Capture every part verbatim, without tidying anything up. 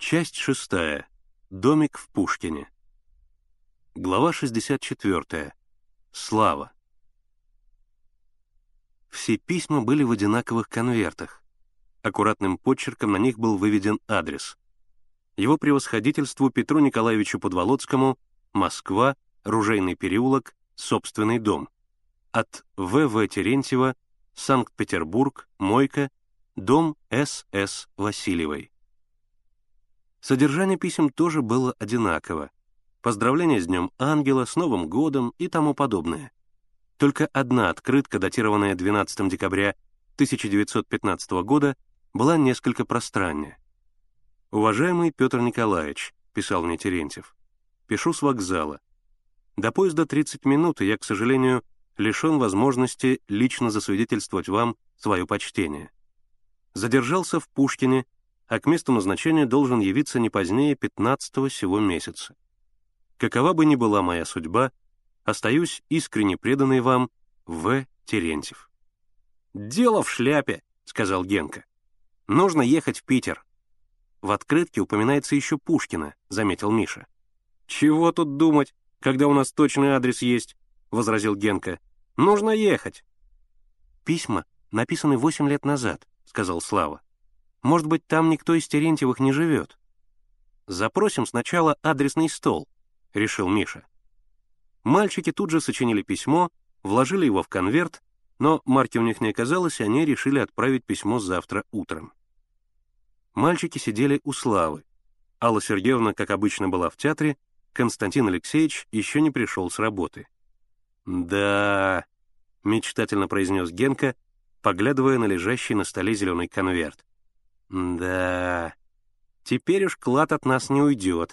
Часть шестая. Домик в Пушкине. Глава шестьдесят четвёртая. Слава. Все письма были в одинаковых конвертах. Аккуратным почерком на них был выведен адрес. Его превосходительству Петру Николаевичу Подволоцкому, Москва, Ружейный переулок, собственный дом. От В В Терентьева, Санкт-Петербург, Мойка, дом С С Васильевой. Содержание писем тоже было одинаково. Поздравления с Днем Ангела, с Новым годом и тому подобное. Только одна открытка, датированная двенадцатого декабря тысяча девятьсот пятнадцатого года, была несколько пространнее. «Уважаемый Петр Николаевич», — писал мне Терентьев, — «пишу с вокзала. До поезда тридцать минут, и я, к сожалению, лишен возможности лично засвидетельствовать вам свое почтение. Задержался в Пушкине, а к месту назначения должен явиться не позднее пятнадцатого сего месяца. Какова бы ни была моя судьба, остаюсь искренне преданный вам В. Терентьев». «Дело в шляпе», — сказал Генка. «Нужно ехать в Питер». «В открытке упоминается еще Пушкина», — заметил Миша. «Чего тут думать, когда у нас точный адрес есть», — возразил Генка. «Нужно ехать». «Письма написаны восемь лет назад», — сказал Слава. «Может быть, там никто из Терентьевых не живет?» «Запросим сначала адресный стол», — решил Миша. Мальчики тут же сочинили письмо, вложили его в конверт, но марки у них не оказалось, и они решили отправить письмо завтра утром. Мальчики сидели у Славы. Алла Сергеевна, как обычно, была в театре, Константин Алексеевич еще не пришел с работы. «Да», — мечтательно произнес Генка, поглядывая на лежащий на столе зеленый конверт. «Да, теперь уж клад от нас не уйдет».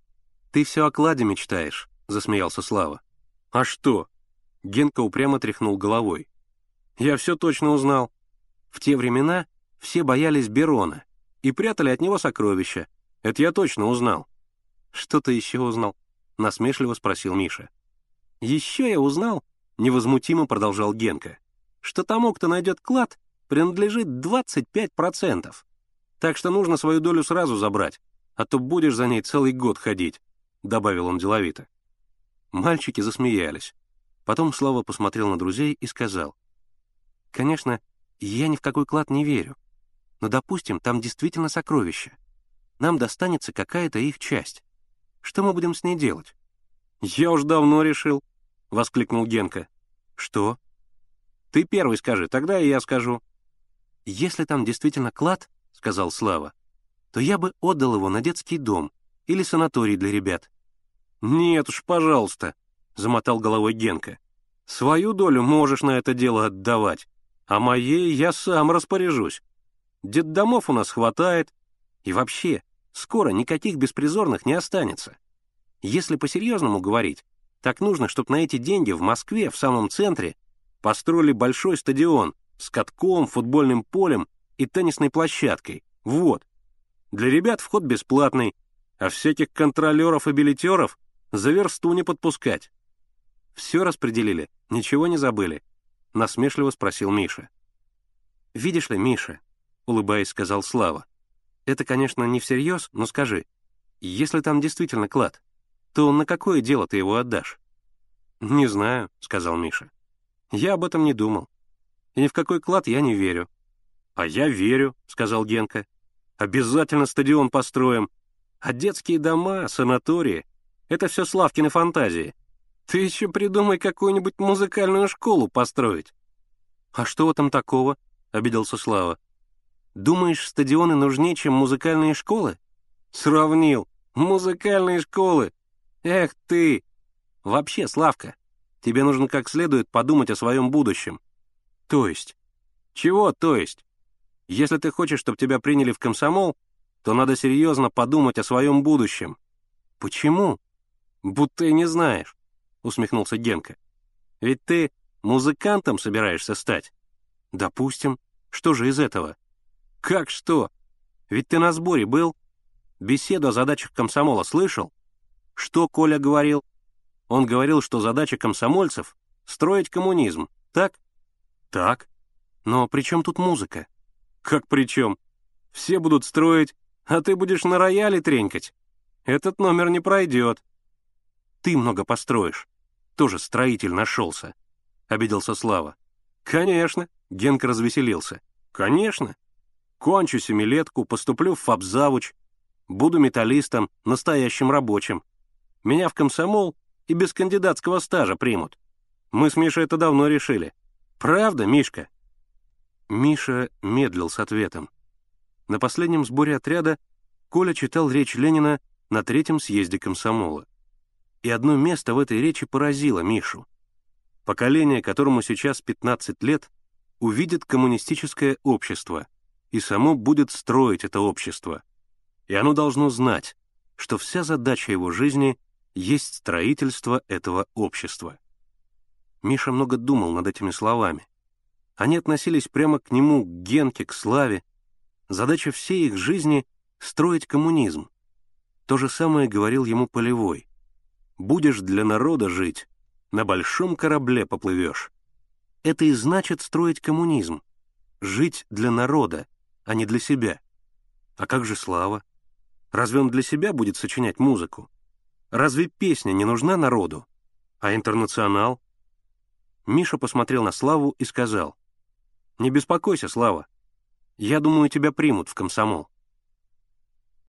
«Ты все о кладе мечтаешь», — засмеялся Слава. «А что?» — Генка упрямо тряхнул головой. «Я все точно узнал. В те времена все боялись Берона и прятали от него сокровища. Это я точно узнал». «Что ты еще узнал?» — насмешливо спросил Миша. «Еще я узнал», — невозмутимо продолжал Генка, «что тому, кто найдет клад, принадлежит двадцать пять процентов. Так что нужно свою долю сразу забрать, а то будешь за ней целый год ходить», — добавил он деловито. Мальчики засмеялись. Потом Слава посмотрел на друзей и сказал: «Конечно, я ни в какой клад не верю, но, допустим, там действительно сокровища. Нам достанется какая-то их часть. Что мы будем с ней делать?» «Я уж давно решил», — воскликнул Генка. «Что?» «Ты первый скажи, тогда и я скажу». «Если там действительно клад, — сказал Слава, — то я бы отдал его на детский дом или санаторий для ребят». «Нет уж, пожалуйста», — замотал головой Генка. «Свою долю можешь на это дело отдавать, а моей я сам распоряжусь. Детдомов у нас хватает, и вообще, скоро никаких беспризорных не останется. Если по-серьезному говорить, так нужно, чтобы на эти деньги в Москве, в самом центре, построили большой стадион с катком, футбольным полем и теннисной площадкой. Вот. Для ребят вход бесплатный, а всяких контролеров и билетеров за версту не подпускать». «Все распределили, ничего не забыли?» — насмешливо спросил Миша. «Видишь ли, Миша, — улыбаясь, сказал Слава, — это, конечно, не всерьез, но скажи, если там действительно клад, то на какое дело ты его отдашь?» «Не знаю», — сказал Миша. «Я об этом не думал. И ни в какой клад я не верю». «А я верю», — сказал Генка. «Обязательно стадион построим. А детские дома, санатории — это все Славкины фантазии. Ты еще придумай какую-нибудь музыкальную школу построить». «А что в этом такого?» — обиделся Слава. «Думаешь, стадионы нужнее, чем музыкальные школы?» «Сравнил. Музыкальные школы. Эх ты! Вообще, Славка, тебе нужно как следует подумать о своем будущем». «То есть?» «Чего то есть? Если ты хочешь, чтобы тебя приняли в комсомол, то надо серьезно подумать о своем будущем». «Почему?» «Будто и не знаешь», — усмехнулся Генка. «Ведь ты музыкантом собираешься стать?» «Допустим. Что же из этого?» «Как что? Ведь ты на сборе был? Беседу о задачах комсомола слышал? Что Коля говорил? Он говорил, что задача комсомольцев — строить коммунизм, так?» «Так. Но при чем тут музыка?» «Как при чем? Все будут строить А ты будешь на рояле тренькать? Этот номер не пройдет. Ты много построишь. Тоже строитель нашелся, — обиделся Слава. Конечно, — Генка развеселился. Конечно. Кончу семилетку, поступлю в фабзавуч, буду металлистом, настоящим рабочим. Меня в комсомол и без кандидатского стажа примут. Мы с Мишей это давно решили. Правда, Мишка?» Миша медлил с ответом. На последнем сборе отряда Коля читал речь Ленина на третьем съезде комсомола. И одно место в этой речи поразило Мишу. Поколение, которому сейчас пятнадцать лет, увидит коммунистическое общество и само будет строить это общество. И оно должно знать, что вся задача его жизни есть строительство этого общества. Миша много думал над этими словами. Они относились прямо к нему, к Генке, к Славе. Задача всей их жизни — строить коммунизм. То же самое говорил ему Полевой. «Будешь для народа жить, на большом корабле поплывешь». Это и значит строить коммунизм. Жить для народа, а не для себя. А как же Слава? Разве он для себя будет сочинять музыку? Разве песня не нужна народу? А интернационал? Миша посмотрел на Славу и сказал: «Не беспокойся, Слава. Я думаю, тебя примут в комсомол».